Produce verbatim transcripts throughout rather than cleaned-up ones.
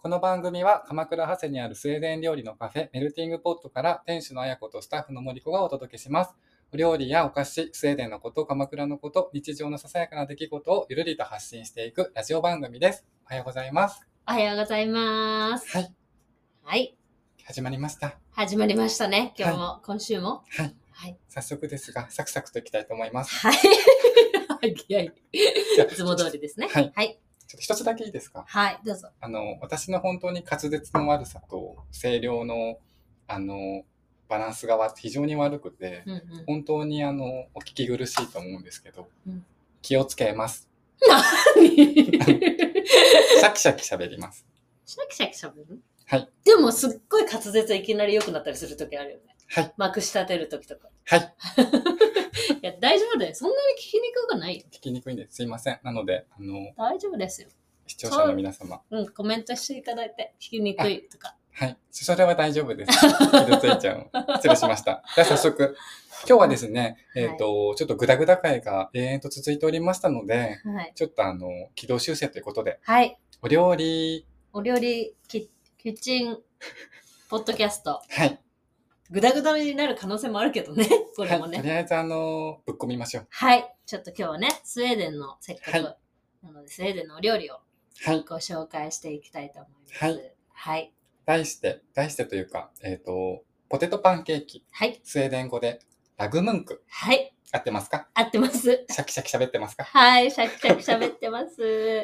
この番組は鎌倉長谷にあるスウェーデン料理のカフェメルティングポットから店主のあやことスタッフの森子がお届けします。お料理やお菓子、スウェーデンのこと、鎌倉のこと、日常のささやかな出来事をゆるりと発信していくラジオ番組です。おはようございます。 おはようございます。 はい。 はい。 始まりました。 始まりましたね。今日も、はい、今週も。 はい。はい。早速ですが、サクサクといきたいと思います。 はい。はい。いつも通りですね。 はい。 はい。 ちょっと一つだけいいですか？ はい、どうぞ。 あの、私の本当に滑舌の悪さと声量の、あの、バランスが非常に悪くて、うんうん、本当にあの、お聞き苦しいと思うんですけど、うん、気をつけます。 何シャキシャキ喋ります。 シャキシャキ喋る？ はい。 でもすっごい滑舌いきなり良くなったりするときあるよね。 はい。 まくし立てるときとか。 はい。 いや、大丈夫だよ。そんなに聞きにくくないよ。 聞きにくいんです。すいません。なので、あの、 大丈夫ですよ。 視聴者の皆様。 うん、コメントしていただいて、聞きにくいとか。 はい。それは大丈夫です。傷ついちゃう。失礼しました。では早速、今日はですね、えっと、はい、ちょっとグダグダ会が永遠と続いておりましたので、はい、ちょっとあの、軌道修正ということで、 はい。 お料理、 お料理キ、キッチン、ポッドキャスト。 はい。 グダグダになる可能性もあるけどね。これもね。 はい、とりあえずあの、ぶっ込みましょう。 はい。ちょっと今日はね、スウェーデンのせっかく、はい、なので、スウェーデンのお料理をご紹介していきたいと思います。はい。はい。 題して、題してというか、えっと、ポテトパンケーキ。 はい。 スウェーデン語で、ラグムンク。 はい。 合ってますか？ 合ってます。 シャキシャキ喋ってますか？ はい、シャキシャキ喋ってます。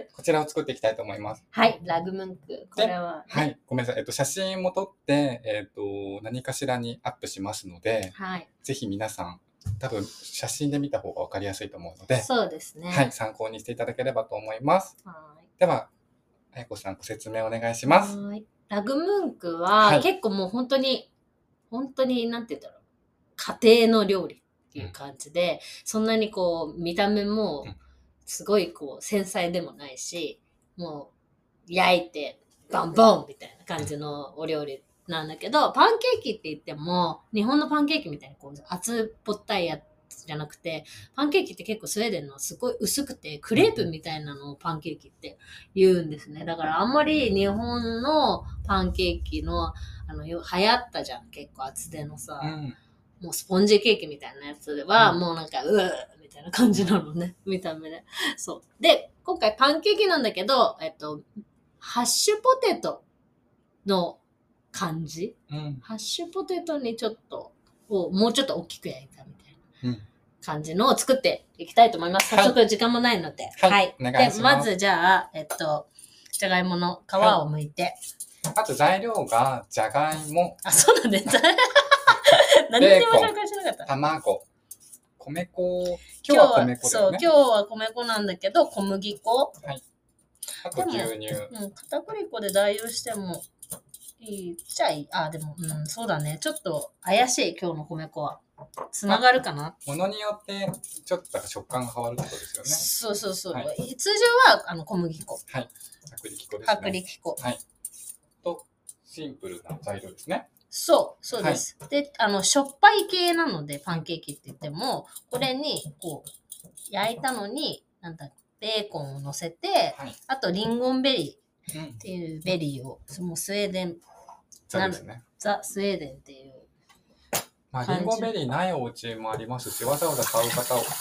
こちらを作っていきたいと思います。 はい、ラグムンク。これは、ね。 はい、ごめんなさい。えっと、写真も撮って、えっと、何かしらにアップしますので、 はい。 ぜひ皆さん、多分写真で見た方がわかりやすいと思うので、 そうですね。 はい、参考にしていただければと思います。 はい。 では、あやこさんご説明お願いします。 はい。ラグムンクは、はい、結構もう本当に、本当に、なんて言うんだろう。家庭の料理っていう感じで、うん、そんなにこう、見た目も、すごいこう、繊細でもないし、もう、焼いて、バンボンみたいな感じのお料理なんだけど、パンケーキって言っても、日本のパンケーキみたいにこう、厚っぽったいやつじゃなくて、パンケーキって結構スウェーデンのすごい薄くて、クレープみたいなのをパンケーキって言うんですね。だからあんまり日本のパンケーキの、あの、流行ったじゃん。結構厚手のさ、うん、もうスポンジケーキみたいなやつでは、うん、もうなんか、うーみたいな感じなのね。見た目で。そう。で、今回パンケーキなんだけど、えっと、ハッシュポテトの感じ、うん、ハッシュポテトにちょっと、をもうちょっと大きく焼いたみたいな感じのを作っていきたいと思います。早速時間もないので。 はい。はい、お願いします。 で、まずじゃあ、えっと、じゃがいもの皮を剥いて。 はい、あと材料が、じゃがいも。 あ、そうだね。何にも紹介しなかった。 卵。米粉。今日は米粉だよね。 そう、今日は米粉なんだけど、小麦粉。 はい。あと牛乳。 うん、片栗粉で代用してもいいっちゃいい。あ、でも、うん、そうだね。ちょっと怪しい、今日の米粉は。つながるかな？ ものによって、ちょっと食感が変わることですよね。 そうそうそう。はい、通常はあの小麦粉。 はい。薄力粉ですね。 薄力粉。 はい。と、シンプルな材料ですね。 そう、そうです。はい、で、あの、しょっぱい系なので、パンケーキって言っても、これに、こう、焼いたのに、なんだ、ベーコンを乗せて、はい、あと、リンゴンベリーっていうベリーを、うん、もうスウェーデン、 ザですね。 ザ・スウェーデンっていう。 まあ、リンゴンベリーないお家もありますし、わざわざ買う方を、ね、あれだと思うん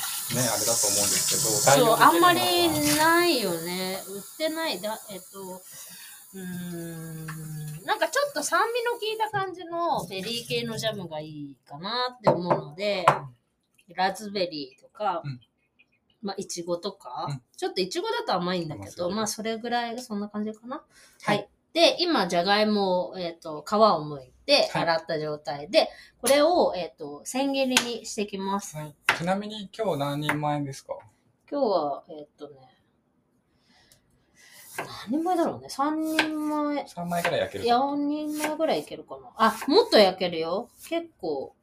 ですけど、 そう、あんまりないよね。売ってない。だえっと、うーんなんかちょっと酸味の効いた感じのベリー系のジャムがいいかなって思うので、ラズベリーとか、うん、まあ、いちごとか、うん、ちょっといちごだと甘いんだけど、まあ、それぐらい、そんな感じかな。はい。はい、で、今、じゃがいもを、えっと、皮を剥いて、洗った状態で、はい、これを、えっと、千切りにしていきます。 はい、ちなみに、今日何人前ですか？ 今日は、えっとね、何人前だろうね。さんにんまえ。 さんまいぐらい焼ける。 よにんまえぐらいいけるかな。あ、もっと焼けるよ。結構。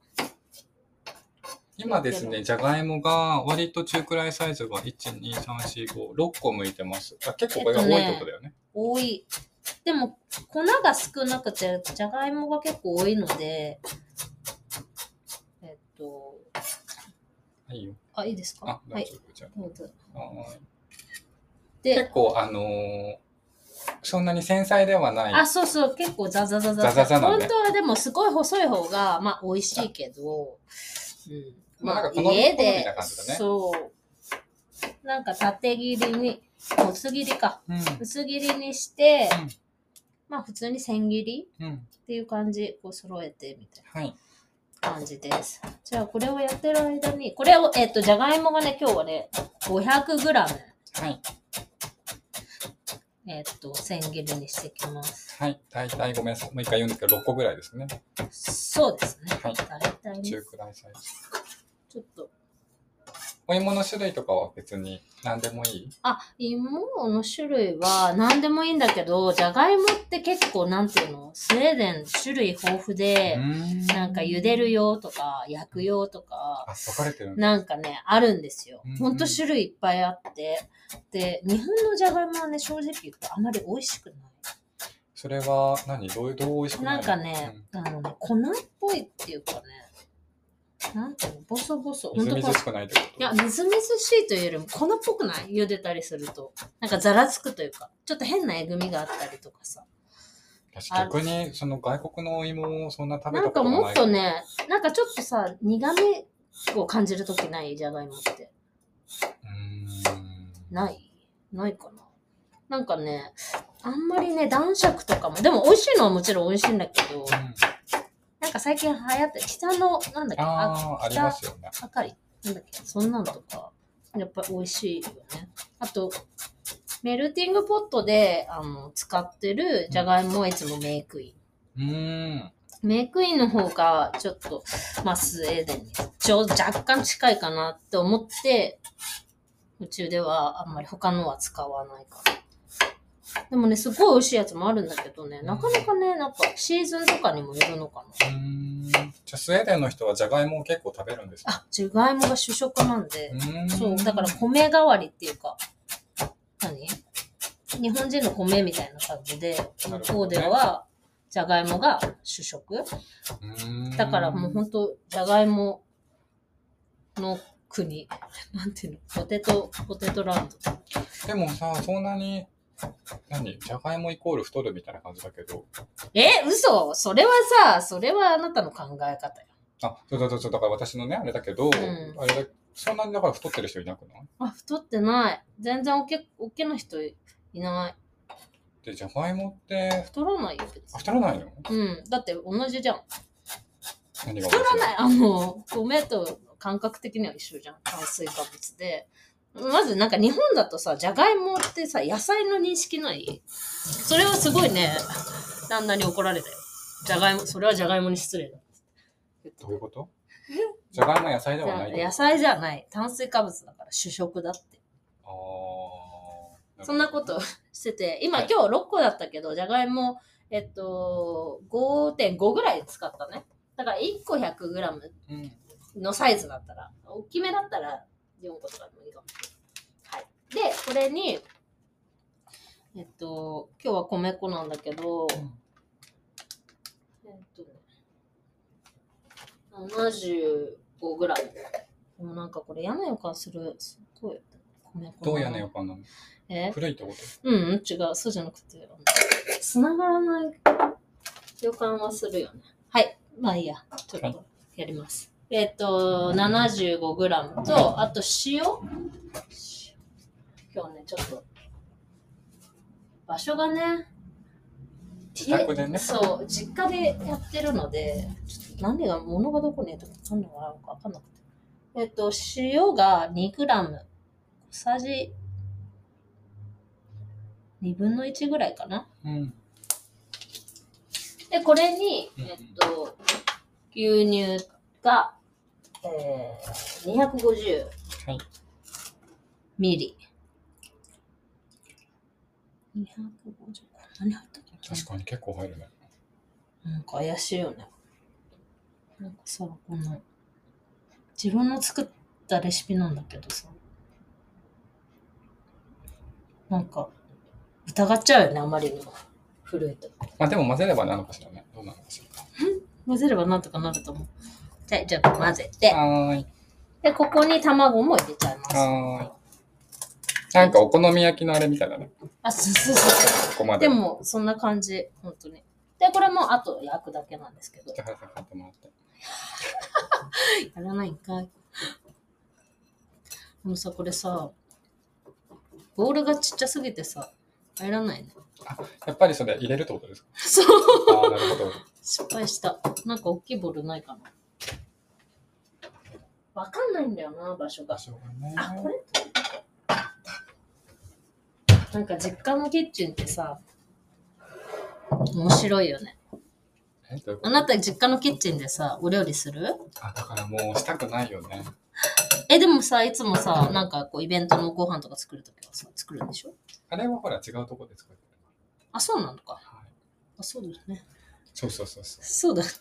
今ですね、じゃがいもが割と中くらいサイズがいち、に、さん、よん、ご、ろっこ剥いてます。あ、結構これが多いってことだよね。えっとね、 多い。でも、粉が少なくて、じゃがいもが結構多いので、えっと。 はいいよ。 あ、いいですか？ あ、大丈夫、じゃあ。 どうぞ。 はい。で結構あのー、 そんなに繊細ではない。 あ、そうそう、結構ザザザザザザザなんで本当はでもすごい細い方が、まあ美味しいけど、うん。 まあなんか好み家好みでな感じだね、 そう。なんか縦切りに、薄切りか。 うん、 薄切りにして、 うん、 まあ普通に千切りうん、 っていう感じ、こう揃えてみたいはい。 な感じです。じゃあこれをやってる間に、これを、えっと、じゃがいもがね、今日はね、ごひゃくグラム。 はい。 えっと、千切りにしていきます。 はい。大体ごめんなさい。もう一回言うんですけど、ろっこぐらいですね。 そうですね。 はい。 大体ね。 中くらいサイズ。 ちょっと。 お芋の種類とかは別に何でもいい？ あ、芋の種類は何でもいいんだけど、じゃがいもって結構なんていうの、スウェーデン種類豊富で、んなんか茹でる用とか焼く用とか、 あ、分かれてるんだ。 なんかね、あるんですよ。 うんうん、 ほんと種類いっぱいあって。で、日本のじゃがいもはね、正直言うとあまり美味しくない。 それは何どう、どう美味しくないの？ なんかね、うん、あのね、粉っぽいっていうかね、なんていうの、ボソボソ。 みずみずしくないってこと？ いや、みずみずしいというよりも粉っぽくない？茹でたりすると。なんかざらつくというか、ちょっと変なえぐみがあったりとかさ。 私逆に、その外国のお芋をそんな食べたことがない。 なんかもっとね、なんかちょっとさ、苦味を感じるときない？じゃがいもって。 うーん。 ないないかな。なんかね、あんまりね、男爵とかも、でも美味しいのはもちろん美味しいんだけど、うん、なんか最近流行って、北の、なんだっけ、 ああ、ありますよね。 あかり。なんだっけ、そんなんとか、やっぱり美味しいよね。あと、メルティングポットであの使ってるじゃがいもはいつもメークイン。うーん。メークインの方がちょっと、まあ、スウェーデンにちょ若干近いかなって思って、宇宙ではあんまり他のは使わないかな。でもね、すごい美味しいやつもあるんだけどね、なかなかね、なんかシーズンとかにもよるのかな。うーん。じゃあスウェーデンの人はじゃがいもを結構食べるんですか？ あ、じゃがいもが主食なんで、そう、だから米代わりっていうか、何？日本人の米みたいな感じで、向こうではじゃがいもが主食。だからもうほんと、じゃがいもの国。なんていうの？ポテト、ポテトランド。 でもさ、そんなに、何？じゃがいもイコール太るみたいな感じだけど。 え、嘘？それはさ、それはあなたの考え方よ。 あ、そうそうそう、だから私のね、あれだけど、うん、あれだ、そんなにだから太ってる人いなくない？ あ、太ってない。全然おけ、おけの人いない。 で、じゃがいもって。 太らないよ、別に。 あ、太らないの？ うん。だって同じじゃん。 何が太らない。あの、米と感覚的には一緒じゃん。炭水化物で。まずなんか日本だとさ、じゃがいもってさ、野菜の認識ない？それはすごいね、旦那に怒られたよ。じゃがいも、それはじゃがいもに失礼だ。 どういうこと？じゃがいも野菜ではない？ 野菜じゃない。炭水化物だから主食だって。ああ。そんなことしてて、今、はい、今日ろっこだったけど、じゃがいも、えっと、ごてんご ぐらい使ったね。だからいっこ ひゃくグラム のサイズだったら、うん、大きめだったらよんことかでもいいかも。はい。で、これに、えっと、今日は米粉なんだけど、うん、えっとね、ななじゅうごグラム。でもなんかこれ嫌な予感する。すごい。米粉。 どう嫌な予感なの？え？古いってこと？ うん、違う。そうじゃなくて、繋がらない予感はするよね。はい。まあいいや。ちょっとやります。はい、えっと、ななじゅうごグラム と、あと塩。今日ね、ちょっと、場所がね、 自宅でね。 そう、実家でやってるので、ちょっと何が、物がどこにとか何があるか分かんなくて。えっと、塩が にグラム、小さじにぶんのいちぐらいかな。うん、で、これに、えっと、牛乳が、えー、にひゃくごじゅうミリ。にひゃくごじゅう、こんなに入ったっけ？ 確かに結構入るね。 なんか怪しいよね。なんかさ、この、自分の作ったレシピなんだけどさ、なんか、疑っちゃうよね、あまりにも。古いと。 まあでも混ぜればなのかしらね。どうなのかしら。 混ぜればなんとかなると思う。じゃあ、じゃあ混ぜて。 はーい。 で、ここに卵も入れちゃいます。 はなんかお好み焼きのあれみたいだね。 あ、そうそうそう。 ここまで。 でも、そんな感じ、本当に。で、これもあと焼くだけなんですけど。 じゃあ、原さん買ってもらって。 やらないんかい。でもさ、これさ、ボールがちっちゃすぎてさ、入らないね。 あ、やっぱりそれ入れるってことですか？ そう。 ああ、なるほど。 失敗した。なんか大きいボールないかな。わかんないんだよな、場所が。 場所がね。 あ、これなんか実家のキッチンってさ、面白いよね。 え、どういうこと？ あなた実家のキッチンでさ、お料理する？ あ、だからもうしたくないよね。 え、でもさ、いつもさ、なんかこうイベントのご飯とか作るときはさ、作るんでしょ？ あれはほら違うとこで作ってる。 あ、そうなのか。 はい。 あ、そうだよね。 そうそうそうそう。 そうだね。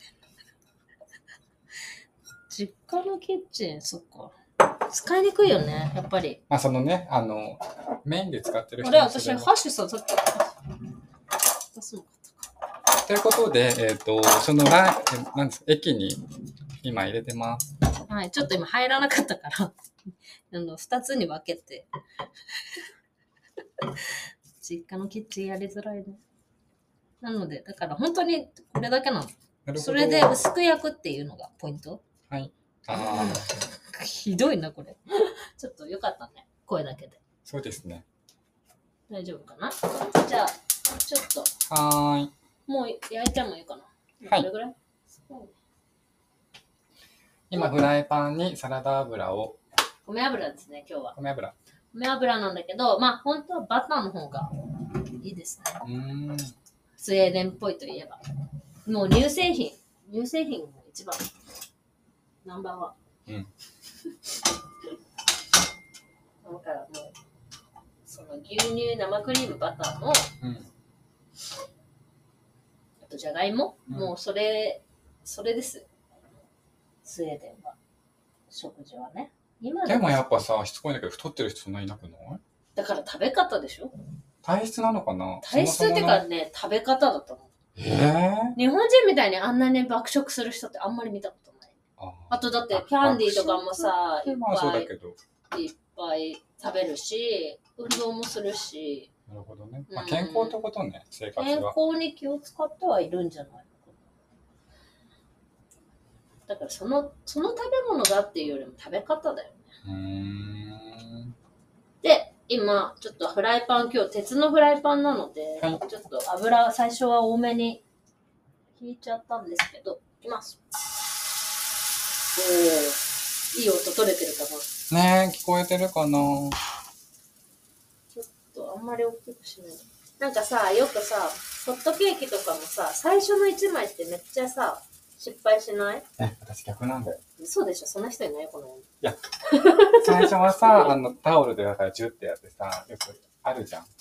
実家のキッチン、そっか。使いにくいよね、やっぱり。 まあそのね、あの、メインで使ってる人あれ、私、 もそれはハッシュさ、さっき出すのかったか。 ということで、えっ、と、そのライン、なんですか、駅に今入れてます。 はい、ちょっと今入らなかったから、あの、二つに分けて。実家のキッチンやりづらいね。なので、だから本当にこれだけなの。 なるほど。 それで薄く焼くっていうのがポイント。 はい。ああ、 ひどいな、これ。ちょっとよかったね。声だけで。 そうですね。 大丈夫かな？じゃあ、ちょっと、 はーい。 もう焼いてもいいかな。 はいどれぐらい？ 今、フライパンにサラダ油を、 米油ですね、今日は。 米油。 米油なんだけど、まあ本当はバターの方がいいですね。 うーん。 スウェーデンっぽいといえば。もう乳製品。乳製品が一番。ナンバーワン。 うん。 だからもう、その牛乳、生クリーム、バターの、 うん。 あとじゃがいも、 うんもうそれ、それです。スウェーデンは。食事はね。今でもやっぱさ、しつこいんだけど、太ってる人そんなにいなくない？ だから食べ方でしょ？ 体質なのかな？ 体質っていうかね、食べ方だと思う。 えー、 日本人みたいにあんなに爆食する人ってあんまり見たことない。 ああとだってキャンディーとかもさ、いっまあそうぱいだけど。 いっぱい食べるし、運動もするし、 なるほどね。まあ、 うん健康ってことね、生活健は。 康に気を使ってはいるんじゃないのかな。だからその、その食べ物がっていうよりも食べ方だよね。 うーん。 で、今、ちょっとフライパン、今日鉄のフライパンなので、 はいちょっと油、最初は多めに引いちゃったんですけど、いきます。おー、いい音取れてるかな。 ねえ、聞こえてるかな？ ちょっとあんまり大きくしない。なんかさ、よくさ、ホットケーキとかもさ、最初のいちまいってめっちゃさ、失敗しない？ え、私逆なんだよ。 そうでしょ、そんな人いないこの世に。 いや、最初はさ、あの、タオルでだからジュッてやってさ、よくあるじゃん。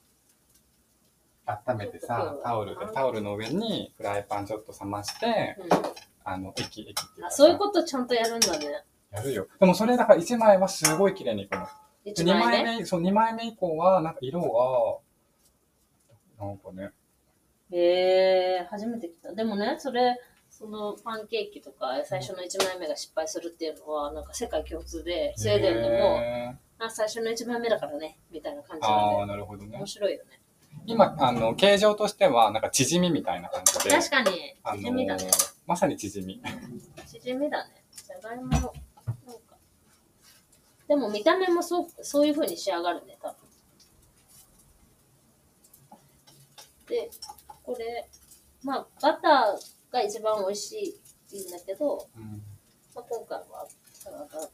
温めてさ、タオルで、タオルの上にフライパンちょっと冷まして、 うん、 あの、液、液っていうかあ、そういうことちゃんとやるんだね。 やるよ。でもそれだからいちまいはすごい綺麗にいくの。 いちにまいね。 まいめ、そう、にまいめ以降は、なんか色が、なんかね。 へえー、初めて聞いた。でもね、それ、そのパンケーキとか最初のいちまいめが失敗するっていうのは、なんか世界共通で、スウェーデンでも、 へあ、最初のいちまいめだからね、みたいな感じーああ、 なんで、 なるほどね面。白いよね。 今、あの、形状としては、なんか縮みみたいな感じで。 確かに、 あの縮みだね。 まさに縮み。 縮みだね。じゃがいもの、なんか。でも見た目もそう、そういう風に仕上がるね、多分。で、これ、まあ、バターが一番美味しいんだけど、 うんまあ、今回はサラダ油。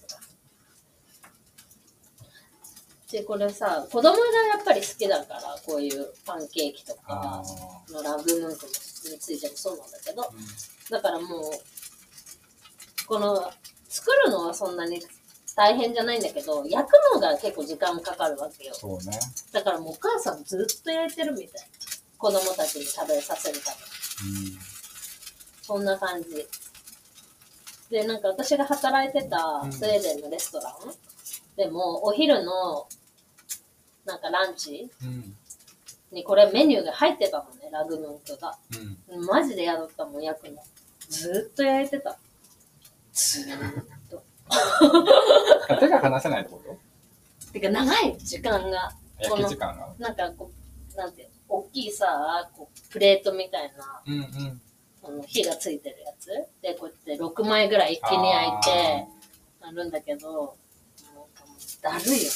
で、これさ、子供がやっぱり好きだから、こういうパンケーキとかあのラグムーンクについてもそうなんだけど、 ーうんだからもう、この、作るのはそんなに大変じゃないんだけど、焼くのが結構時間かかるわけよ。 そうね。 だからもうお母さんずっと焼いてるみたい。子供たちに食べさせるために。 うんそんな感じ。で、なんか私が働いてたスウェーデンのレストラン、うん、でも、お昼の、なんかランチにこれメニューが入ってたのね、ラグムンクが。うん、マジで嫌だったもん、焼くの。ずっと焼いてた。ずーっと。 手が離せないってこと？ てか長い時間が。 焼き時間が。 なんかこう、なんていうの、大きいさ、こうプレートみたいな、 うんうん、 あの火がついてるやつで、こうやってろくまいぐらい一気に焼いて、なるんだけど、なんかもうだるいよ。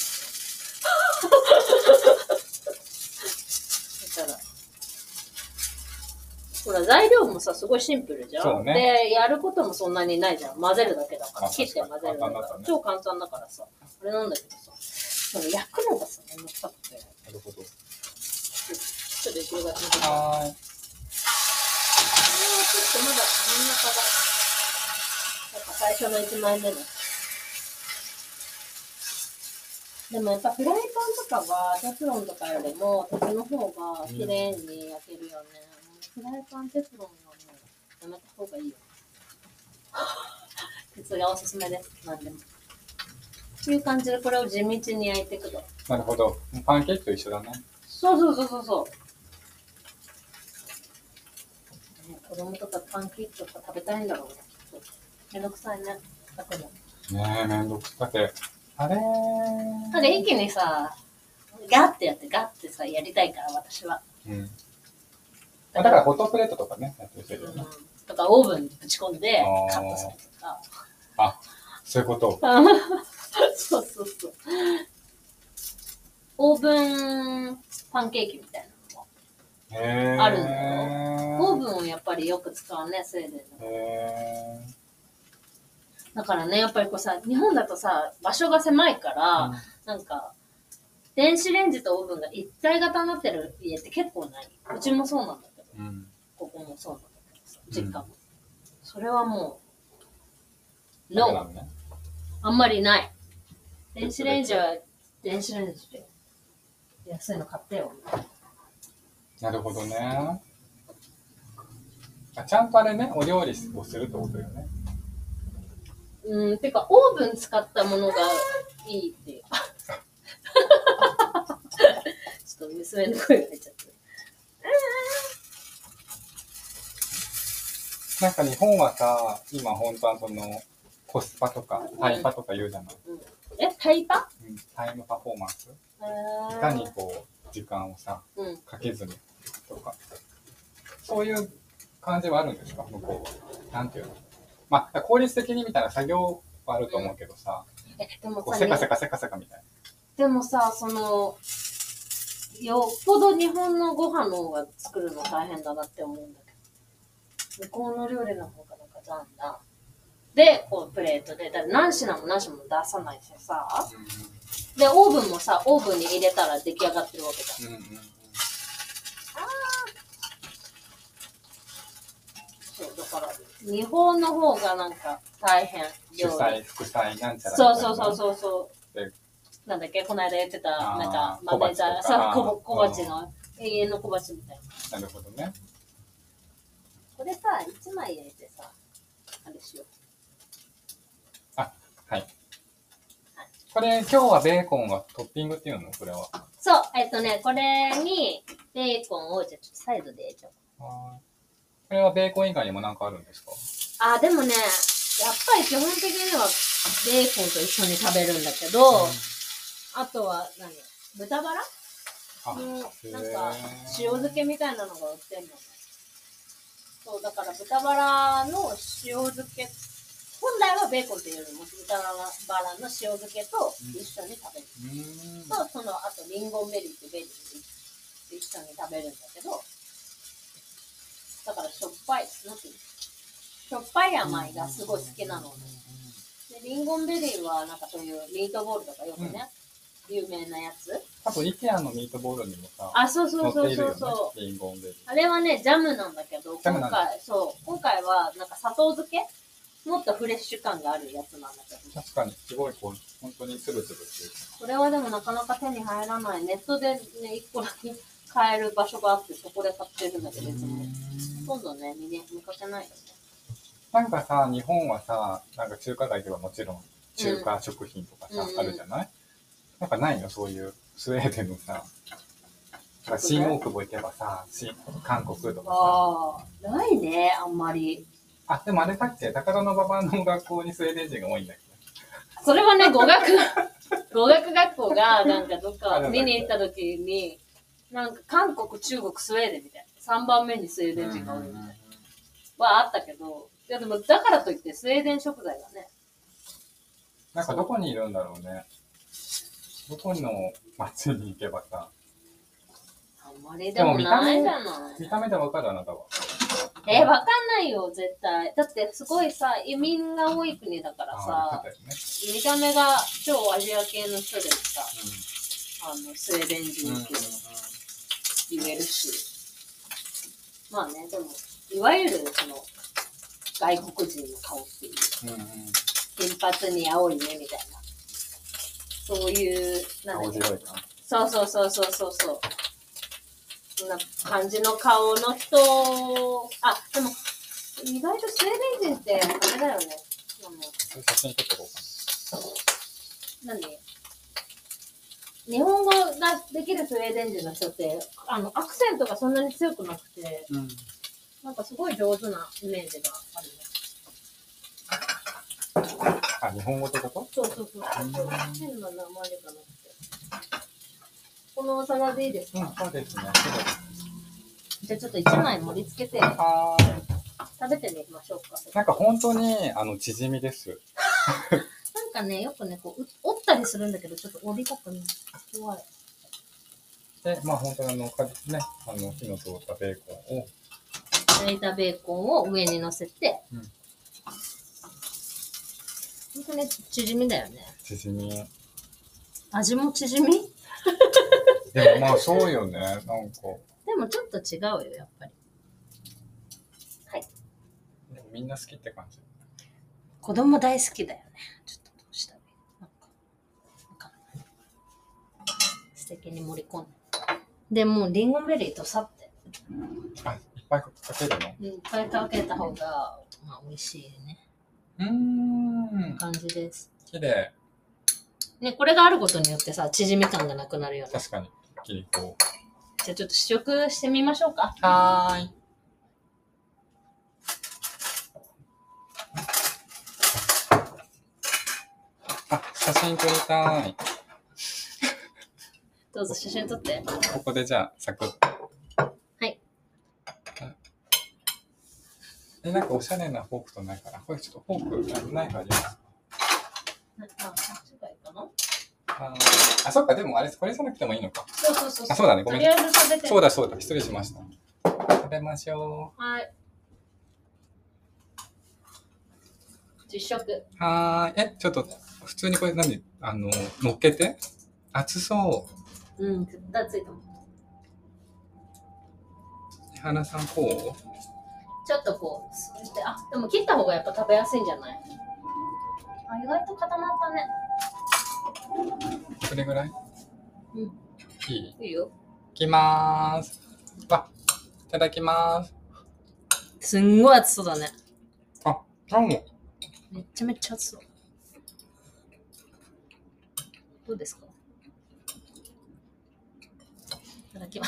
だから、ほら、材料もさ、すごいシンプルじゃん。そうね、で、やることもそんなにないじゃん。混ぜるだけだから。切って混ぜるだけだから。超簡単だからさ。あれなんだけどさ、でも焼くのがさ、めんどくさくて。 なるほど。ちょっとできるだけ。 はーい。 ちょっとまだ真ん中が、やっぱ最初のいちまいめの。でもやっぱフライパンとかはテフロンとかよりも鉄の方が綺麗に焼けるよね。うん、フライパンテフロンはもうやめた方がいいよ。鉄がおすすめです。なんでも。っていう感じでこれを地道に焼いていくと。 なるほど。パンケーキと一緒だね。 そうそうそうそうそう。子供とかパンケーキとか食べたいんだろうね。めんどくさいね。だけど。 ねえ、めんどくさくて。あれー。 なんで一気にさ、ガッてやってガッてさ、やりたいから私は。 うん。だからホットプレートとかね、やってる人いるよね、うん。 とかオーブンにぶち込んでカットするとか。 あ、そういうこと。 そうそうそう。オーブンパンケーキみたいなのもあるんだよ。オーブンをやっぱりよく使うね、スウェーデンの。へー。だからね、やっぱりこうさ、日本だとさ、場所が狭いから、うん、なんか、電子レンジとオーブンが一体型になってる家って結構ない。うちもそうなんだけど、うん、ここもそうなんだけどさ、実家も。うん、それはもう、ノー。ね、あんまりない。電子レンジは、電子レンジで安いの買ってよ。 なるほどね。ちゃんとあれね、お料理をするってことよね。 うん、てか、オーブン使ったものがいいっていう。ちょっと娘の声が入っちゃって。 なんか日本はさ、今本当はそのコスパとかタイパとか言うじゃない。 うんうん、え、タイパ？ うん、タイムパフォーマンス。いかにこう時間をさ、うん、かけずにとか、そういう感じはあるんですか、向こうは。なんていうの。まあ、効率的にみたいな作業はあると思うけどさ、うん、えでもさせかせかせかせかみたいな。 でもさ、その、よっぽど日本のご飯の方が作るの大変だなって思うんだけど、向こうの料理の方がなんか残だ。で、こうプレートで、だ何品も何品も出さないしさ、うん、で、オーブンもさ、オーブンに入れたら出来上がってるわけじゃん。うんうんうん、あそうだから日本の方がなんか大変。 主菜、副菜なんちゃら。 そうそうそうそうそう。なんだっけこの間言ってたなんか豆ざさ小小鉢の永遠の小鉢みたいな。なるほどね。 これさ一枚焼いてさあれしよう。 あはい。はい、これ今日はベーコンはトッピングっていうのこれは。 そうえっとねこれにベーコンをじゃちょっとサイドで入れちゃおう。 あこれはベーコン以外にも何かあるんですか？ あでもねやっぱり基本的にはベーコンと一緒に食べるんだけど。うんあとは何豚バラのなんか塩漬けみたいなのが売ってんのね。そうだから豚バラの塩漬け本来はベーコンっていうよりも豚バラの塩漬けと一緒に食べる。うん、とそのあとリンゴンベリーってベリーと一緒に食べるんだけどだからしょっぱいなんていうしょっぱい甘いがすごい好きなのね。でリンゴンベリーはなんかそういうミートボールとかよくね。うん有名なやつ多分イケアのミートボールにもさあそうそうそうそうそう、 ね、リンゴンベリーあれはねジャムなんだけど今回そう今回はなんか砂糖漬けもっとフレッシュ感があるやつなんだけど確かにすごいこう本当につるつるしてるこれはでもなかなか手に入らないネットでねいっこだけ買える場所があってそこで買ってるんだけど別にほとんどね見かけないよね。 なんかさ日本はさなんか中華街ではもちろん中華食品とかさ、うん、あるじゃないなんかないのそういうスウェーデンのさ、新大久保行けばさ、韓国とかさ。 ああ、ないね、あんまり。 あ、でもあれさっき高田の馬場の学校にスウェーデン人が多いんだけど。 それはね、語学、 語学学校がなんかどっか見に行った時に、なんか韓国、中国、スウェーデンみたいな。さんばんめにスウェーデン人が多いみたいな。はあったけど、いやでもだからといってスウェーデン食材がね。 なんかどこにいるんだろうね。どこの街に行けばさ。 あんまりでもないじゃない。 見た目でわかるあなたは。 えー、わかんないよ、絶対。だってすごいさ、移民が多い国だからさ、 ね、 見た目が超アジア系の人でもさ、うん、あの、スウェーデン人って言えるし。まあね、でも、いわゆるその、外国人の顔っていう。うんうん、金髪に青い目みたいな。そういう、なんだっけ。そうそうそうそうそうそう。そんな感じの顔の人、あ、でも、意外とスウェーデン人って、あれだよね。 写真撮ってこうかな。何日本語ができるスウェーデン人の人って、あの、アクセントがそんなに強くなくて、うん、なんかすごい上手なイメージがあるね。あ、日本語ってこと？ そうそうそうそう。変な名前かなって。このお皿でいいですか？ うん、そうですね。 じゃあちょっと一枚盛り付けて、 は食べてみましょうか。 なんか本当に、あの、縮みです。 なんかね、よくね、こう、折ったりするんだけど、ちょっと折りたくない。怖い。 で、まあ本当にあの、ね、あの、火の通ったベーコンを。 焼いたベーコンを上に乗せて、うん、本当に縮みだよね。 縮み。 味も縮みでもまあそうよね、なんか。 でもちょっと違うよ、やっぱり。はい。 でもみんな好きって感じ。 子供大好きだよね。ちょっとどうしたらいい？なんか、わかんない。素敵に盛り込んで。で、もうリンゴベリーとさって。 あ、いっぱいかけるの？ うん、いっぱいかけた方が、まあ、美味しいね。 うーん。 感じです。 綺麗。 ね、これがあることによってさ、縮み感がなくなるよね。 確かに。切りこう。 じゃあちょっと試食してみましょうか。 はーい。あ、写真撮りたい。 どうぞ写真撮って。 ここでじゃあ、サクッと。 はい。 え、なんかおしゃれなフォークとないから。これちょっとフォークないからありますか？ あ、違いかな。 あ, あ、そっか、でもあれ、これじゃなくてもいいのか。 そうそうそう。 あ、そうだね、ごめん。 とりあえず食べて。 そうだそうだ、失礼しました。食べましょう。はい。実食。 はーい。え、ちょっと、普通にこれ何あの、乗っけて熱そう。 うん、絶対熱いと思う。 花さん、こうちょっとこう、あ、でも切った方がやっぱ食べやすいんじゃない？あ、意外と固まったね。 これぐらい？ うん。 いい？ いいよ。 いきまーす。あ、いただきまーす。 すんごい熱そうだね。 あ、あもう。 めっちゃめっちゃ熱そう。どうですか？いただきます。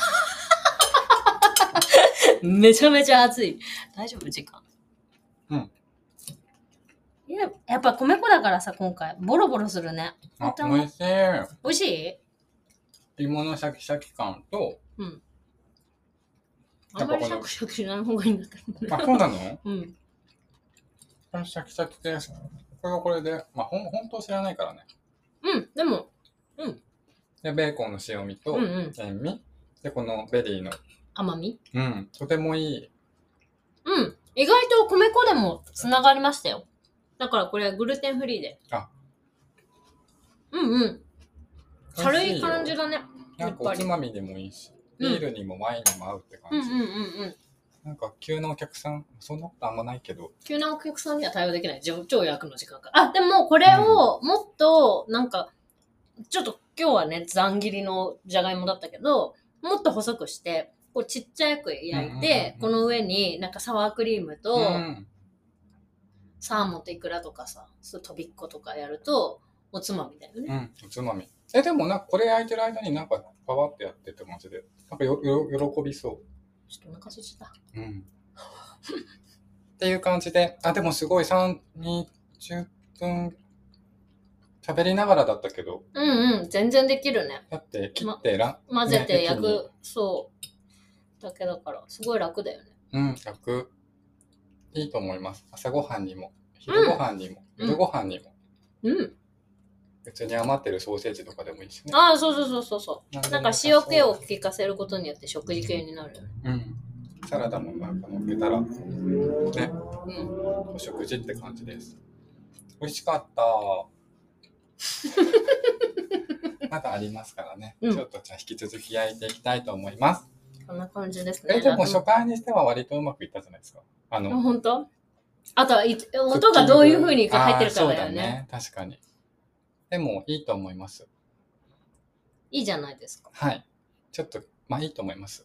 めちゃめちゃ熱い。大丈夫？時間。 うん。 いや、やっぱ米粉だからさ、今回。ボロボロするね。 あ、美味しい。 美味しい？ 芋のシャキシャキ感と、 うん。あんまりシャキシャキしない方がいいんだけど。 あ、そうなの？ うん。 このシャキシャキです。これはこれで、まあ、ほん、本当知らないからね。 うん、でも、うん。 で、ベーコンの塩味と塩味、うんうん、で、このベリーの甘み。 うん、とてもいい。 うん。意外と米粉でもつながりましたよ。だからこれグルテンフリーで。 あ。 うんうん。軽い感じだね。 なんかおつまみでもいいし、ビールにもワインにも合うって感じ。 うんうんうんうん。 なんか急なお客さん、そんなことあんまないけど。 急なお客さんには対応できない。超予約の時間から。あ、でもこれをもっと、なんか、ちょっと今日はね、ざん切りのじゃがいもだったけど、もっと細くして、こうちっちゃく焼いて、この上になんかサワークリームと、うん、サーモンとイクラとかさ、そうとびっことかやると、おつまみだよね。 うん、おつまみ。え、でもなんかこれ焼いてる間になんかパワってやってって感じで、なんかよよ喜びそう。 ちょっとお腹空いちゃった。 うん。っていう感じで、あ、でもすごいさん、にじゅっぷん喋りながらだったけど。 うんうん、全然できるね。 だって切ってら、 ま、混ぜて焼く、 ね、 そう。だけだから、すごい楽だよね。 うん、楽。いいと思います。朝ごはんにも、昼ごはんにも、うん、夜ごはんにも。 うん。 別に余ってるソーセージとかでもいいしね。 ああ、そうそうそうそう。なんか塩気を効かせることによって食事系になるよね。 うん。サラダもなんか乗っけたら、ね。うん。お食事って感じです。美味しかった。まだありますからね、うん、ちょっとじゃあ引き続き焼いていきたいと思います。 こんな感じですね。 え、でも初回にしては割とうまくいったじゃないですか。あの、 本当？あとは音がどういう風に入ってるかだよね。 そうだね、確かに。でもいいと思います。 いいじゃないですか。 はい。ちょっとまあいいと思います。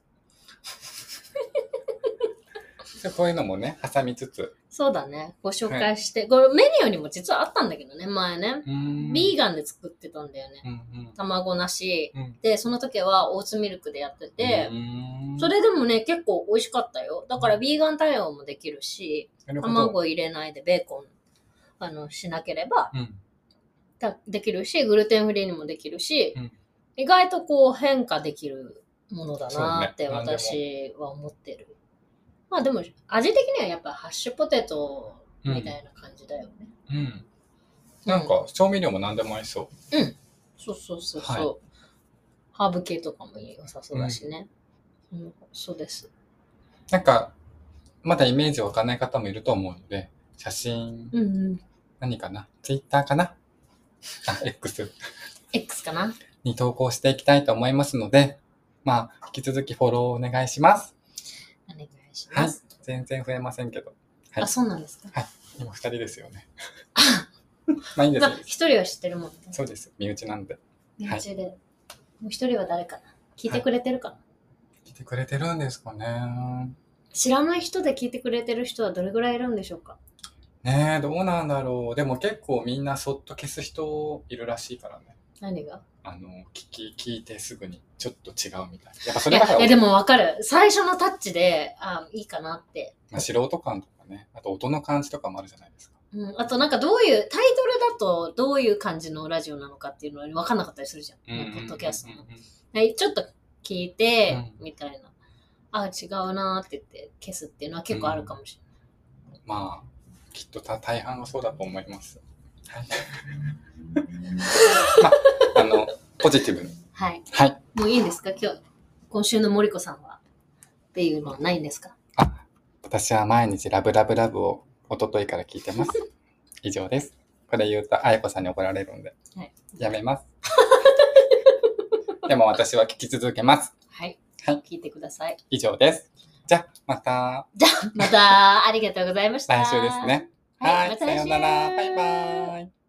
こういうのもね、挟みつつ。 そうだね。ご紹介して。はい、これメニューにも実はあったんだけどね、前ね。ビーガンで作ってたんだよね。うんうん、卵なし、うん。で、その時はオーツミルクでやってて、それでもね、結構美味しかったよ。だからビーガン対応もできるし、卵入れないでベーコンあのしなければ、うん、できるし、グルテンフリーにもできるし、うん、意外とこう変化できるものだなって私は思ってる。まあでも味的にはやっぱハッシュポテトみたいな感じだよね。 うん。うん、なんか調味料も何でも合いそう。 うん。そうそうそうそう、はい。ハーブ系とかも良さそうだしね。うん、うん、そうです。 なんかまだイメージわかんない方もいると思うので、写真、うんうん、何かな、ツイッターかな、あ、X。 X かなに投稿していきたいと思いますので、まあ引き続きフォローお願いします。 お願いします。 はい、全然増えませんけど。 はい、あ、そうなんですか。 はい、今ふたりですよね。まあいいんですよ。 一人は知ってるもんね。 そうです、身内なんで。 身内で。はい、もう一人は誰かな。聞いてくれてるかな、はい、 聞いてくれてるんですかね。 知らない人で聞いてくれてる人はどれぐらいいるんでしょうか。 ねえ、どうなんだろう。でも結構みんなそっと消す人いるらしいからね。 何が？ あの聞き聞いてすぐにちょっと違うみたいな。やっぱそれだから。 いや、いやでもわかる。最初のタッチで、あ、いいかなって。 まあ、素人感とかね、あと音の感じとかもあるじゃないですか。 うん、あとなんかどういう、タイトルだとどういう感じのラジオなのかっていうのに分かんなかったりするじゃん。うん、ポッドキャストの。ちょっと聞いて、うん、みたいな。あ、違うなって言って消すっていうのは結構あるかもしれない。 うん、まあ、きっと大半はそうだと思います。はい。まあ、あの、ポジティブに。 はい。 はい。 もういいんですか今日、今週の森子さんはっていうのはないんですか？ あ、私は毎日ラブラブラブを一昨日から聞いてます。以上です。これ言うと、あやこさんに怒られるんで、はい、やめます。でも私は聞き続けます。 はい。はい。聞いてください。 以上です。じゃあ、また。 じゃあ、また、ありがとうございました。 来週ですね。はい。はい、また来週。さようなら。バイバーイ。